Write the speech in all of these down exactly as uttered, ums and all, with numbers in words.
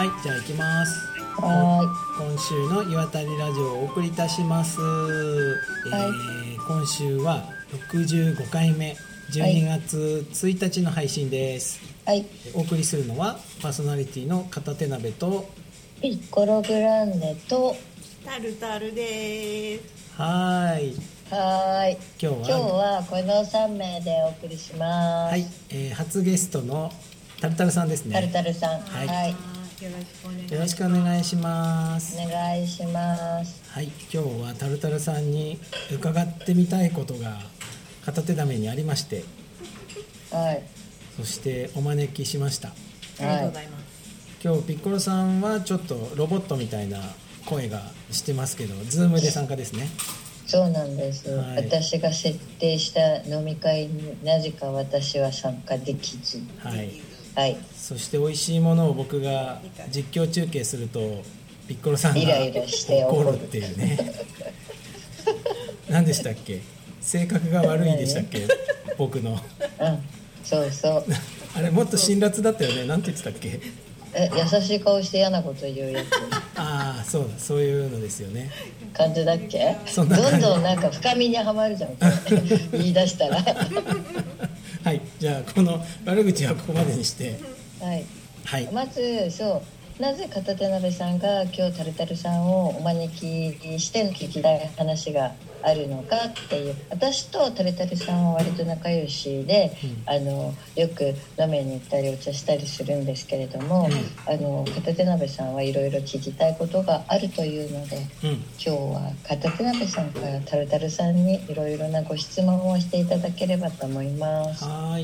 はい、じゃあ行きます。 は今週の岩谷ラジオをお送りいたします、 はいえー、今週はろくじゅうごかいめ、じゅうにがつついたちの配信です。 はい、 お送りするのはパーソナリティの片手鍋とピッコログランデとタルタルです。 はーいはーい今日は今日はこのさんめいでお送りします。 はい、えー、初ゲストのタルタルさんですね。 タルタルさん、 はいはい、 よろしくお願いします。 よろしくお願いします。 お願いします。 はい、今日はタルタルさんに伺ってみたいことが片手鍋にありまして、 はい、 そしてお招きしました。 ありがとうございます。 今日ピッコロさんはちょっとロボットみたいな声がしてますけど、ズームで参加ですね。 そうなんです、 はい、 私が設定した飲み会になぜか私は参加できず、 はいはい、 そして美味しいものを僕が実況中継するとピッコロさんがイライラして怒るっていうね何でしたっけ、性格が悪いでしたっけ僕のうん、そうそうあれもっと辛辣だったよね。なんて言ってたっけ。 え優しい顔して嫌なこと言うやつああ、そうだ、そういうのですよね。 感じだっけ。 そんな感じ。 どんどんなんか深みにはまるじゃん言い出したらはい、じゃあこの悪口はここまでにして、 はい、 はい、 まずそうなぜ片手鍋さんが今日タルタルさんをお招きしての聞きたい話があるのかっていう。私とタルタルさんは割と仲良しで、うん、あのよく飲みに行ったりお茶したりするんですけれども、うん、あの片手鍋さんはいろいろ聞きたいことがあるというので、うん、今日は片手鍋さんからタルタルさんにいろいろなご質問をしていただければと思います。 はい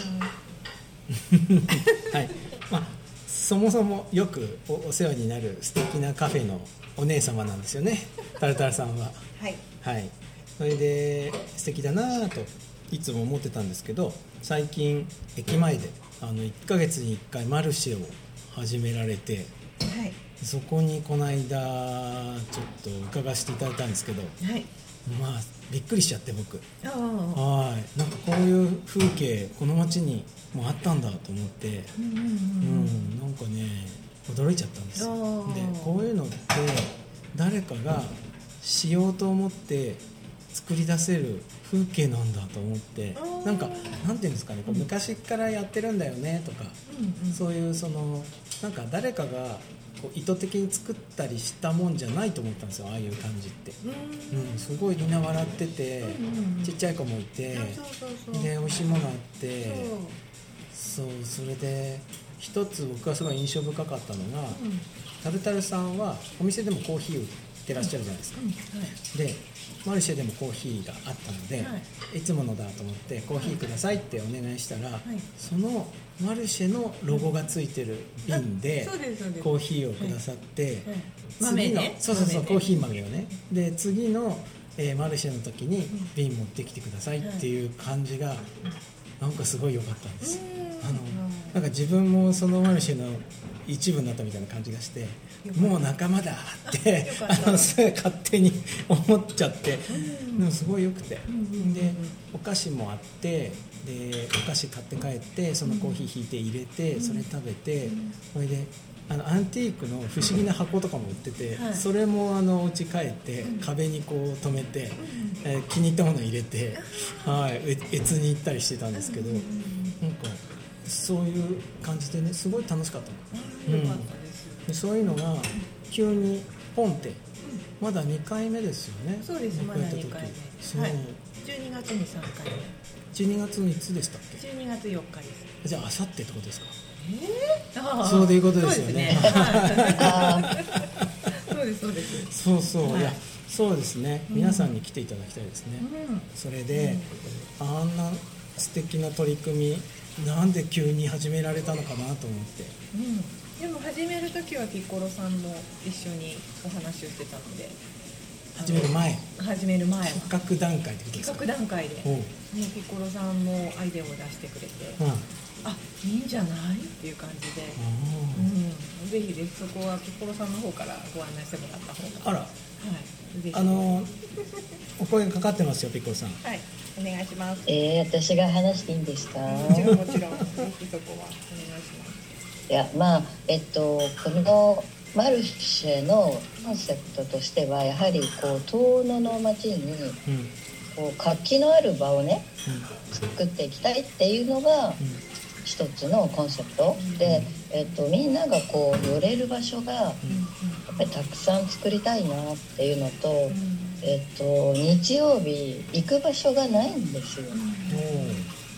はい、まあそもそもよく お, お世話になる素敵なカフェのお姉様なんですよね、タルタルさんは。 はいはい、それで素敵だなといつも思ってたんですけど、最近駅前であのいっかげつにいっかいマルシェを始められて、 はい、 そこにこの間ちょっと伺わせていただいたんですけど、 はい、 まあびっくりしちゃって僕。 はい、なんかこういう風景この街にもあったんだと思って、うん、うんうん、なんかね驚いちゃったんですよ。でこういうのって誰かがしようと思って作り出せる風景なんだと思って、なんかなんていうんですかね、こう昔からやってるんだよねとか、うんうん、そういうそのなんか誰かがこう意図的に作ったりしたもんじゃないと思ったんですよ、ああいう感じって。うん、すごいみんな笑ってて、うんうん、ちっちゃい子もいて、そうそうそう、で美味しいものあって、そう、それで一つ僕がすごい印象深かったのが、うん、タルタルさんはお店でもコーヒー売ってらっしゃるじゃないですか、うんうん、はい、でマルシェでもコーヒーがあったので、はい、いつものだと思ってコーヒーくださいってお願いしたら、はい、そのマルシェのロゴがついてる瓶でコーヒーをくださって、はいはい、 豆ね、 そうそうそう、コーヒー豆をね、で次の、えー、マルシェの時に瓶持ってきてくださいっていう感じがなんかすごい良かったんです。あのなんか自分もそのマルシェの一部になったみたいな感じがして、もう仲間だってあのそれ勝手に思っちゃって、でもすごい良くて、でお菓子もあって、でお菓子買って帰ってそのコーヒー引いて入れて、それ食べて、それであのアンティークの不思議な箱とかも売ってて、はい、それもあのお家帰って壁にこう留めて、えー、気に入ったもの入れて、はい、越に行ったりしてたんですけど、なんかそういう感じでね、すごい楽しかったの、うん、でそういうのが急にポンって、まだにかいめですよね。 そうです、まだにかいめ、 そう、 はい、じゅうにがつにさんかいめ。 じゅうにがつのいつでしたっけ。 じゅうにがつよっかです。 じゃああさってってことですか。 えー、 そういうことですよね。 そうですそうです。 そうそう、はい、いやそうですね、皆さんに来ていただきたいですね、うん、それで、うん、あんな素敵な取り組みなんで急に始められたのかなと思って、 うん、でも始めるときはピッコロさんも一緒にお話をしてたので、 始める前始める前は企画段階ってことですか。 企画段階で、ね、ピッコロさんもアイデアを出してくれて、うん、あ、いいんじゃないっていう感じで、うん、ぜひぜひそこはピッコロさんの方からご案内してもらった方が。 あら、 はい、ぜひあのお声かかってますよ、ピッコロさん。 はい、お願いします。 えー、私が話していいんですか。 もちろんもちろんぜひそこはお願いします。 いやまあえっとこのマルシェのコンセプトとしてはやはりこう遠野の町にこう活気のある場をね、うん、作っていきたいっていうのが一つのコンセプト、うん、で、えっと、みんながこう寄れる場所がやっぱりたくさん作りたいなっていうのと、うん、えっと、日曜日行く場所がないんですよ、うん、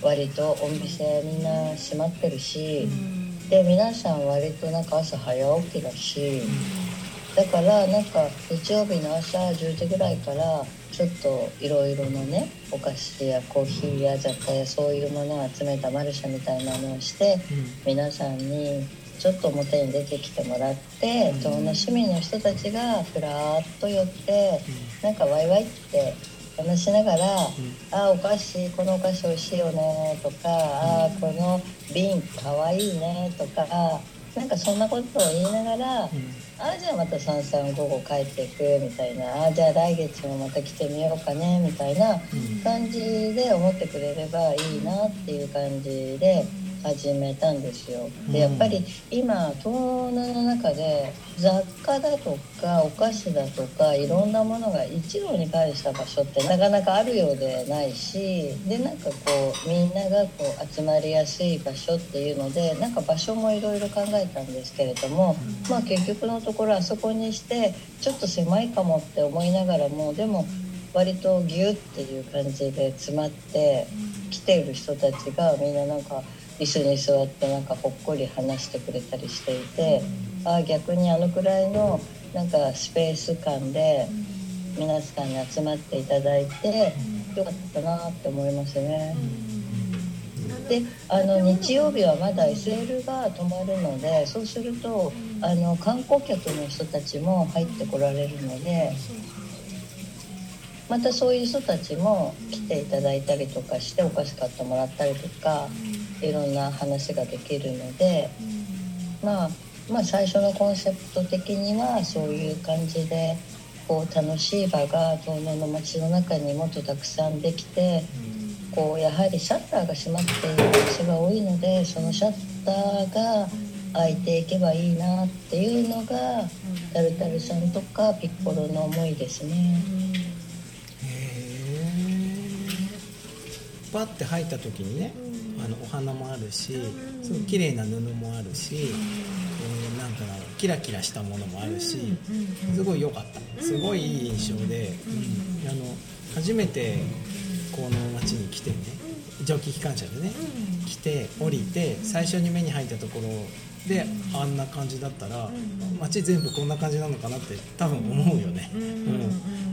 割とお店みんな閉まってるし、うんで皆さん割となんか朝早起きだし、だからなんか日曜日の朝じゅうじぐらいからちょっといろいろなねお菓子やコーヒーや雑貨やそういうものを集めたマルシェみたいなのをして、うん、皆さんにちょっと表に出てきてもらって、うん、遠野市民の人たちがふらーっと寄って、うん、なんかワイワイって話しながら、うん、あお菓子このお菓子美味しいよねとか、うん、あこの瓶かわいいねとかなんかそんなことを言いながら、うん、あじゃあまたさんさん午後帰っていくみたいな、あじゃあ来月もまた来てみようかねみたいな感じで思ってくれればいいなっていう感じで始めたんですよ。でやっぱり今東野の中で雑貨だとかお菓子だとかいろんなものが一堂に会した場所ってなかなかあるようでないし、でなんかこうみんながこう集まりやすい場所っていうのでなんか場所もいろいろ考えたんですけれども、まあ結局のところあそこにしてちょっと狭いかもって思いながらもでも割とギュッっていう感じで詰まって来ている人たちがみんななんか椅子に座ってなんかほっこり話してくれたりしていて、あ逆にあのくらいのなんかスペース感で皆さんに集まっていただいてよかったなって思いますね。であの日曜日はまだ エスエル が止まるので、そうするとあの観光客の人たちも入ってこられるのでまたそういう人たちも来ていただいたりとかしてお菓子買ってもらったりとかいろんな話ができるので、まあ、まあ最初のコンセプト的にはそういう感じでこう楽しい場が東野の街の中にもっとたくさんできて、こうやはりシャッターが閉まっている場所が多いのでそのシャッターが開いていけばいいなっていうのがタルタルさんとかピッコロの思いですね。 パッて入った時にね、あのお花もあるし、すごい綺麗な布もあるし、えー、なんかキラキラしたものもあるし、すごい良かった。すごいいい印象で、うん、あの初めてこの町に来てね、蒸気機関車でね、来て降りて最初に目に入ったところであんな感じだったら、街全部こんな感じなのかなって多分思うよね。うん、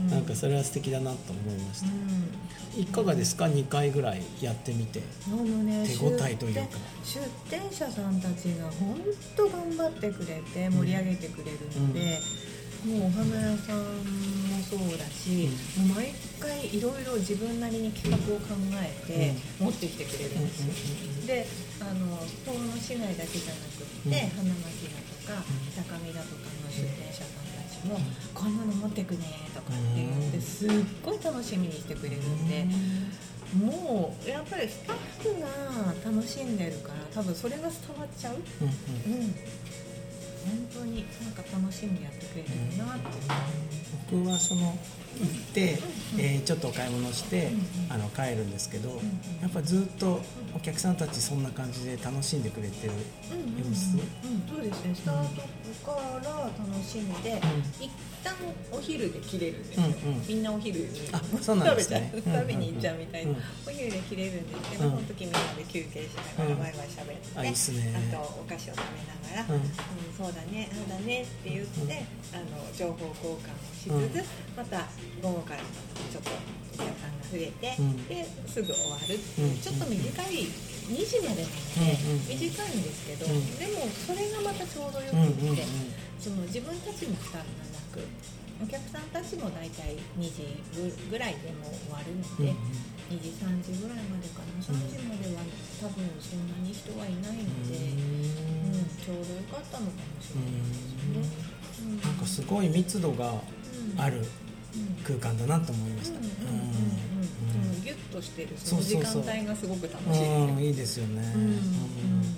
なんかそれは素敵だなと思いました。いかがですか？にかいぐらいやってみて、ね、手応えというか出店者さんたちが本当頑張ってくれて盛り上げてくれるので、うん、もうお花屋さんもそうだし、うん、もう毎回いろいろ自分なりに企画を考えて持ってきてくれるんですよ、うん、であの遠野市内だけじゃなくって、うん、花巻だとか北上だとかの出店者さんたちも、うん、こんなの持ってくねとかって言ってすっごい楽しみにしてくれるんで、もうやっぱりスタッフが楽しんでるから多分それが伝わっちゃう、うんうんうん、本当になんか楽しんでやってくれるなって。 僕はその行って、えー、ちょっとお買い物して、あの帰るんですけど、やっぱずっとお客さんたちそんな感じで楽しんでくれてる様子、 うんうんうん、そうですね。スタートから楽しんで、うん、一旦お昼で切れるんですよ、うんうん、みんなお昼にそうなんですね、 食べに行っちゃうみたいな、うんうん、お昼で切れるんですけど、うん、その時みんなで休憩しながらワイワイしゃべって、うん、あ, いいっすね、あとお菓子を食べながら、うんうん、そうだねああだねって言って、うん、あの情報交換をしつつ、うん、また午後からちょっとお客さんが増えて、うん、ですぐ終わるっていう、うん、ちょっと短いにじまでなので、うん、短いんですけど、うん、でもそれがまたちょうどよくって、うん、その自分たちも負担がなくお客さんたちもだいたいにじぐらいでも終わるので、うん、にじさんじぐらいまでかな、さんじまでは多分そんなに人はいないので、うんうん、ちょうどよかったのかもしれないですね、うん、 なんかすごい密度がある空間だなと思いました。 ギュッとしてるその時間帯がすごく楽しいですよ。 いいですよね、うんうん、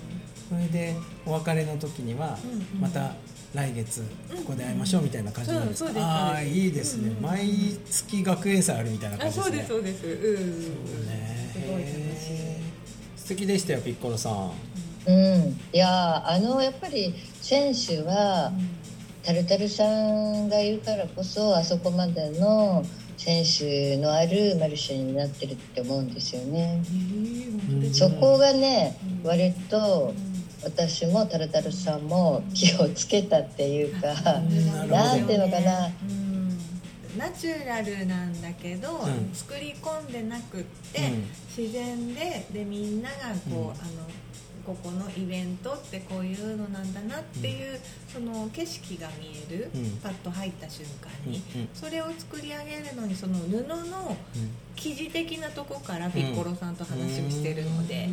それでお別れの時にはまた来月ここで会いましょうみたいな感じなんですか。ああいいですね、うんうん、毎月学園祭あるみたいな感じですね。 あそうですそうです、うん、 そうね、すごい楽しい。素敵でしたよピッコロさん。 うん、いやあのやっぱり選手は、うん、タルタルさんがいるからこそあそこまでの選手のあるマルシェになってるって思うんですよね、うん、そこがね、うん、割と私もタルタルさんも気をつけたっていうか、うん、なんていうのかな、うん、 ナチュラルなんだけど、うん、作り込んでなくって、うん、自然で、でみんながこう、うん、あのここのイベントってこういうのなんだなっていう、うん、その景色が見える、うん、パッと入った瞬間に、うん、それを作り上げるのにその布の生地的なとこからピッコロさんと話をしてるので、うん、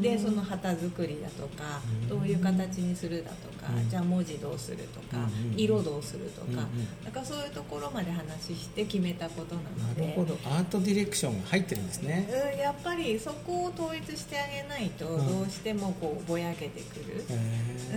でその旗作りだとか、うん、どういう形にするだとか、うん、じゃあ文字どうするとか、うん、色どうするとか、うん、だからそういうところまで話して決めたことなので。 なるほど、アートディレクションが入ってるんですね、 うん、やっぱりそこを統一してあげないとどうしてもこうぼやけてくる、うん、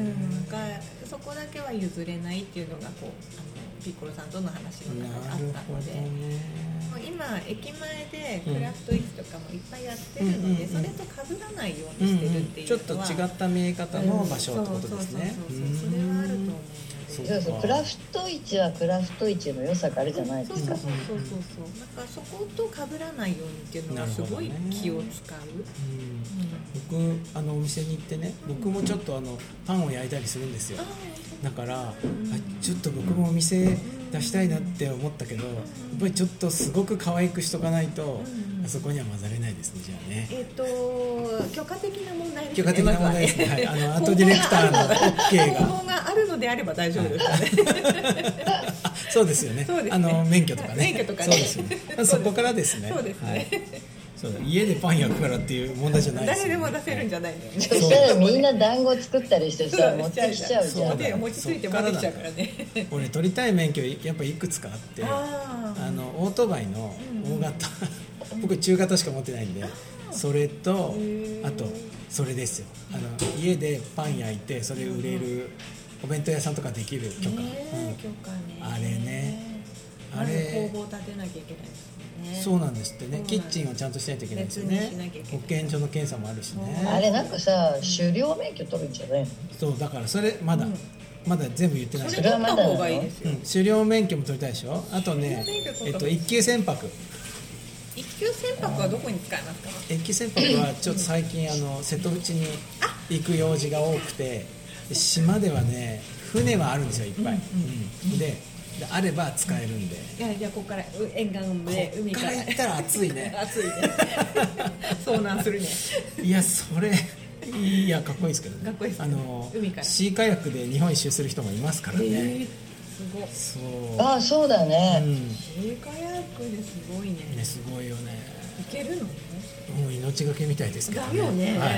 がそこだけは譲れないっていうのがこうあのピッコロさんとの話の中であったので、もう今駅前でクラフト市とかもいっぱいやってるので、うん、それと被らないようにしてるっていうのは、 うんうん、ちょっと違った見え方の場所ってことですね。 それはあると思うので、 そうそう、クラフト市はクラフト市の良さがあるじゃないですか。 そうそうそうそうそう、だからそこと被らないようにっていうのはすごい気を使う、 うんうん、僕あのお店に行ってね、僕もちょっとあのパンを焼いたりするんですよ。だから、うん、あちょっと僕もお店出したいなって思ったけど、やっぱりちょっとすごく可愛くしとかないと、うん、あそこには混ざれないですね。じゃあね、 えっと許可的な問題ですね。 許可的な問題ですね、はい、あのアートディレクターの OK が方法があるのであれば大丈夫ですかね。 あそうですよね、 そうですね、 あの免許とかね、 免許とかね、 そうですよね、そこからですね。 そうですね、はい、 そうだ、家でパン焼くからっていう問題じゃないですよね。 誰でも出せるんじゃないのよね。 そしたらみんな団子作ったりしてさ、持ってきちゃうじゃん。 で持ちついて持ってきちゃうからね。 俺取りたい免許やっぱいくつかあって、ああのオートバイの大型、うん、僕中型しか持ってないんで、それとあとそれですよ、あの家でパン焼いてそれ売れるお弁当屋さんとかできる許可、 ね、うん、許可ね、 あれね、あれ工房建てなきゃいけないですね。 そうなんですってね、キッチンをちゃんとしないといけないですよね。保健所の検査もあるしね。 あれなんかさ、狩猟免許取るんじゃないの？ そうだからそれまだ、うん、まだ全部言ってない。 それはまだ方がいいですよ、 うん、狩猟免許も取りたいでしょ。あとね、えっと一級船舶。 一級船舶はどこに使いますか？ 一級船舶はちょっと最近あの瀬戸内に行く用事が多くて、島ではね船はあるんですよいっぱい、うんうん、でであれば使えるんで、 いやいやここから沿岸で海からここから行ったら暑いね。 暑いね。遭難するね。 いやそれいやかっこいいですけどね。 かっこいいです、ね、 あの海からシーカヤックで日本一周する人もいますからね。えー、 すごい。 そう。 ああそうだね。 うん、シーカヤックですごいね。 ねすごいよね。 いけるの？ もう命がけみたいですけどね。 だよね。はい。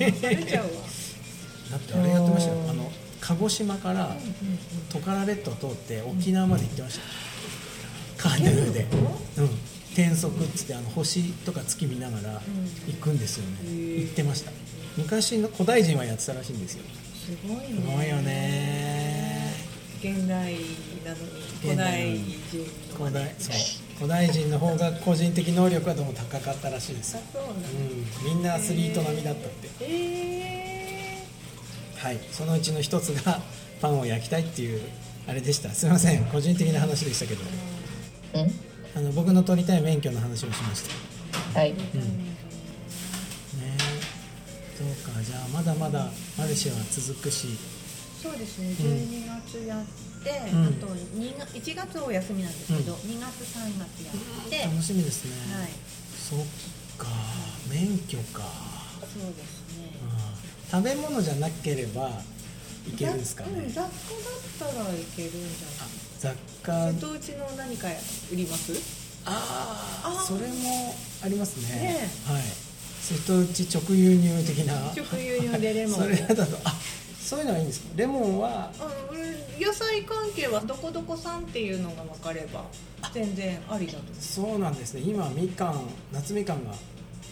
されちゃうわ。 だってあれやってましたよ。あの鹿児島からトカラ列島を通って沖縄まで行ってました、カーネルで、うん、天足っつってあの星とか月見ながら行くんですよね、うん、行ってました。昔の古代人はやってたらしいんですよ。 すごいね。 すごいよね。 現代なのに古代人の古代そう古代人の方が個人的能力はどうも高かったらしいですよ。 あ、そうなんだ、 うん、みんなアスリート並みだったって。 えー、 はい、そのうちの一つがパンを焼きたいっていうあれでした。すいません、個人的な話でしたけど、 うん、 あの僕の取りたい免許の話をしました。 はい、うん、 ね、そうか、じゃあまだまだマルシェは続くし。 そうですね、じゅうにがつやって、うん、あとにがついちがつお休みなんですけど、うん、にがつさんがつやって、 楽しみですね。 はい、 そっか、免許か。 そうですね、 うん、食べ物じゃなければいけるんですかね。 うん、雑貨だったらいけるんじゃない。 雑貨、 瀬戸内の何か売ります？ ああ、それもありますね。 ね、 はい、瀬戸内直輸入的な。 直輸入でレモンそれだと、あ、そういうのはいいんですか。レモンは、 うん、野菜関係はどこどこさんっていうのが分かれば全然ありだと。 そうなんですね。今みかん、夏みかんが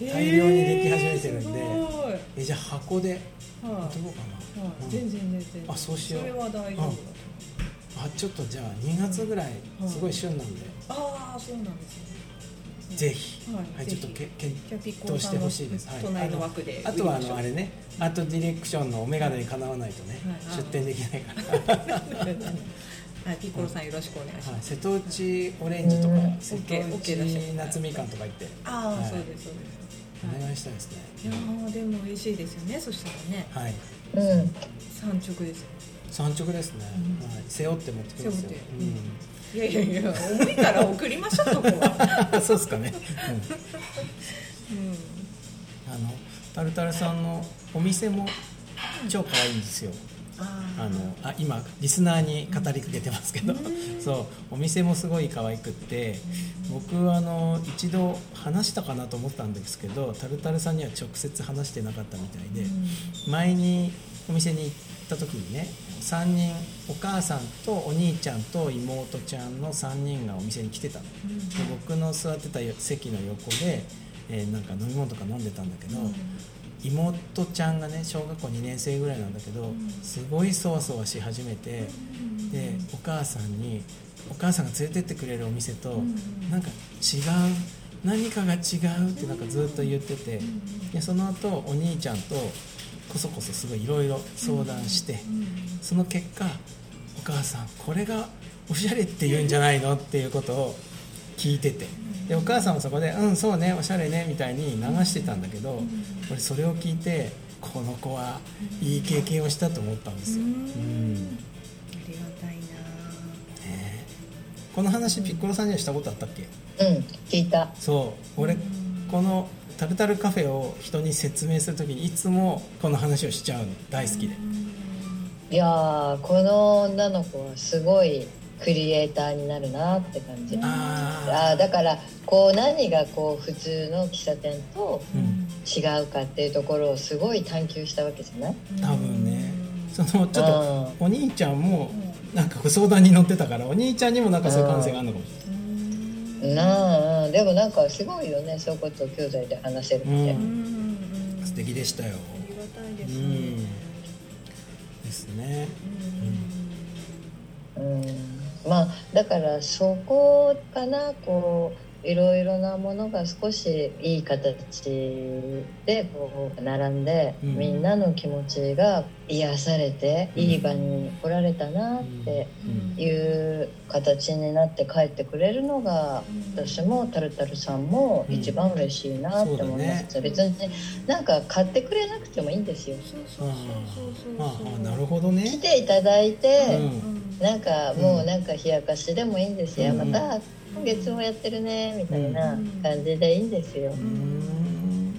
大量にでき始めてるんで、えじゃあ箱でどうかな、はいうん、全然全然あそうしよう、 それは大丈夫だと思う、 あちょっとじゃあにがつぐらいすごい旬なんで、 うん、ああそうなんですね、 ぜひ、はいはい、ちょっとけ検討してほしいです。 隣の枠で、 はい、あとはあのあれね、アートディレクションのお眼鏡にかなわないとね、はい、出店できないからはい、ピッコロさんよろしくお願いします、はい、 瀬戸内オレンジとか、うん、瀬戸内夏みかんとか言って、 ああ、はい、そうですそうです、 お願いしたいですね。 いやでも美味しいですよね。そしたらね、 はい、 うん、 産直ですよ。 産直ですね、うん、はい、背負って持ってきますよ。背負って、 うん、いやいやいや重いから送りましょうそこはそうですかね、うんうん、あのタルタルさんのお店も超可愛いんですよ。あのあ今リスナーに語りかけてますけど、そうお店もすごい可愛くって、僕はあの一度話したかなと思ったんですけど、タルタルさんには直接話してなかったみたいで、前にお店に行った時にね、さんにん、お母さんとお兄ちゃんと妹ちゃんのさんにんがお店に来てたの、うん、で僕の座ってた席の横で、えー、なんか飲み物とか飲んでたんだけど、うん、妹ちゃんがね小学校にねん生ぐらいなんだけど、うん、すごいそわそわし始めて、うん、でお母さんにお母さんが連れてってくれるお店と、うん、なんか違う何かが違うってなんかずっと言ってて、でその後お兄ちゃんとこそこそすごいいろいろ相談して、その結果お母さんこれがおしゃれって言うんじゃないのっていうことを聞いてて、でお母さんもそこでうんそうねおしゃれねみたいに流してたんだけど、俺それを聞いてこの子はいい経験をしたと思ったんですよ。うん、 ありがたいな、 ね、この話ピッコロさんにはしたことあったっけ？ うん聞いた。 そう俺このタルタルカフェを人に説明するときにいつもこの話をしちゃうの大好きで、 いやこの女の子はすごいクリエイターになるなって感じ。ああだからこう何がこう普通の喫茶店と違うかっていうところをすごい探求したわけじゃない？ 多分ね。そのちょっとお兄ちゃんもなんか相談に乗ってたから、お兄ちゃんにもなんかそういう感性があるのかもしれない。 なあでもなんかすごいよね、そういうことを兄弟で話せるって、うんうん、素敵でしたよ。 ありがたいですね、うん、 ですね、 うんうん、まあだからそこかな、こういろいろなものが少しいい形でこう並んで、うん、みんなの気持ちが癒されて、うん、いい場に来られたなっていう形になって帰ってくれるのが、うん、私もタルタルさんも一番嬉しいなって思います、うんね、別になんか買ってくれなくてもいいんですよ。 なるほどね。 来ていただいて、うん、なんかもうなんか冷やかしでもいいんですよ、うん、また今月もやってるねみたいな感じでいいんですよ、うん、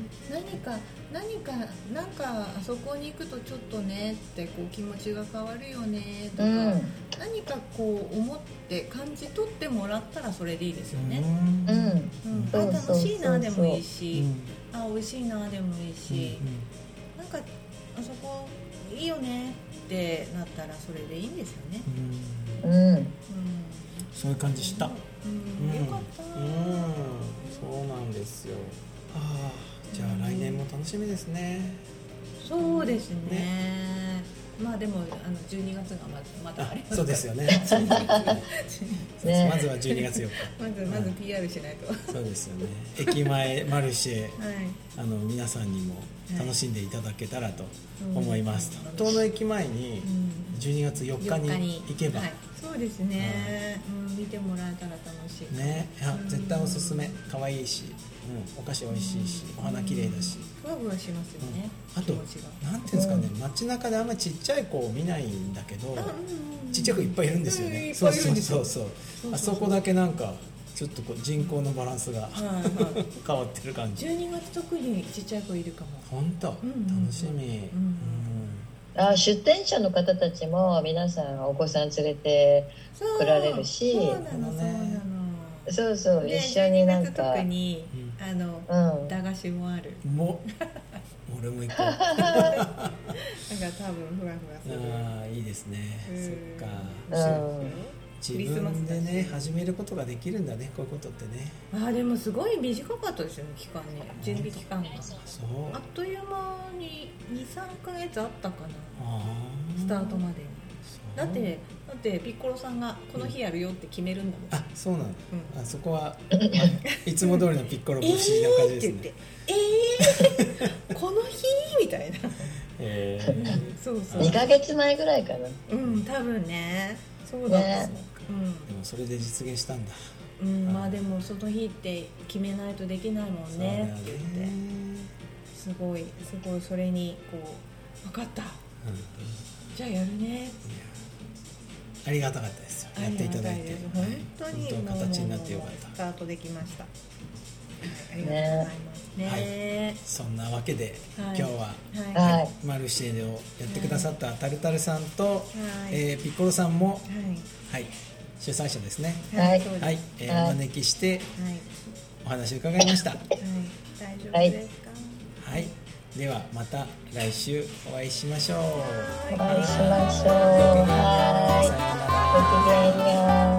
何か何かなんかあそこに行くとちょっとねってこう気持ちが変わるよねとか、うん、何かこう思って感じ取ってもらったらそれでいいですよね。うん、うん、あ楽しいなでもいいし、うん、あ美味しいなでもいいし、うん、なんかあそこいいよねってなったらそれでいいんですよね。 うん、うん、 そういう感じした。 うん、よかった、 うん、そうなんですよ。あじゃあ来年も楽しみですね。 そうですね、ね、まあでもあのじゅうにがつがまだまだありますから。 そうですよねねまずはじゅうにがつよっかまずまず ピーアール しないと。 そうですよね。駅前マルシェ、はい、あの皆さんにも楽しんでいただけたらと思います、はい、東の駅前にじゅうにがつよっかに行けば、はい、 そうですね、うん、見てもらえたら楽しいね。いや絶対おすすめ。可愛いし、うん、お菓子美味しいし、お花綺麗だし、 ふわふわしますよね、 うん、あとなんていうんですかね、うん、街中であんまりちっちゃい子を見ないんだけど、うん、ちっちゃい子いっぱいいるんですよね、うん、そうそうそうそう、あそこだけなんかちょっとこう人口のバランスが、はいはい、変わってる感じ。 じゅうにがつ特にちっちゃい子いるかも。 本当、うん、楽しみ、うんうんあ出店者の方たちも皆さんお子さん連れて来られるし、 そうなのそうなの、 そうそう一緒になんか特にあの、うん、駄菓子もある。 も俺も行こうなんか多分ふわふわする。 あいいですね、そっか、 うん、 自分でね始めることができるんだね、こういうことってね。 あでもすごい短かったですよね、期間ね、準備期間が。 そうあっという間に にさんかげつあったかな、 あスタートまでに。だってだってピッコロさんがこの日やるよって決めるんだもん。 あ、そうなの、 うん、 あそこは、まあ、いつも通りのピッコロ節な感じですね。 えーって言って、えー、この日みたいな。 えー、 そうそうにかげつまえぐらいかな。 うん多分ね、そうだった、ね、うん、 でもそれで実現したんだ。 うん、まあでもその日って決めないとできないもんねって言って、すごいすごいそれにこう分かった、うん、じゃあやるね。 ありがたかったですよ、やっていただいて。 本当に本当形になってよかった。 スタートできました。ありがとうございますね。はい、 そんなわけで、はい、今日は、 はい、 マルシェをやってくださったタルタルさんと、はいえー、ピッコロさんも、はいはい、主催者ですね。 はい、 はいえー、お招きして、はい、お話を伺いました。はい、 大丈夫ですか。 はい、ではまた来週お会いしましょう。 お会いしましょう。はい、ごきげんよう。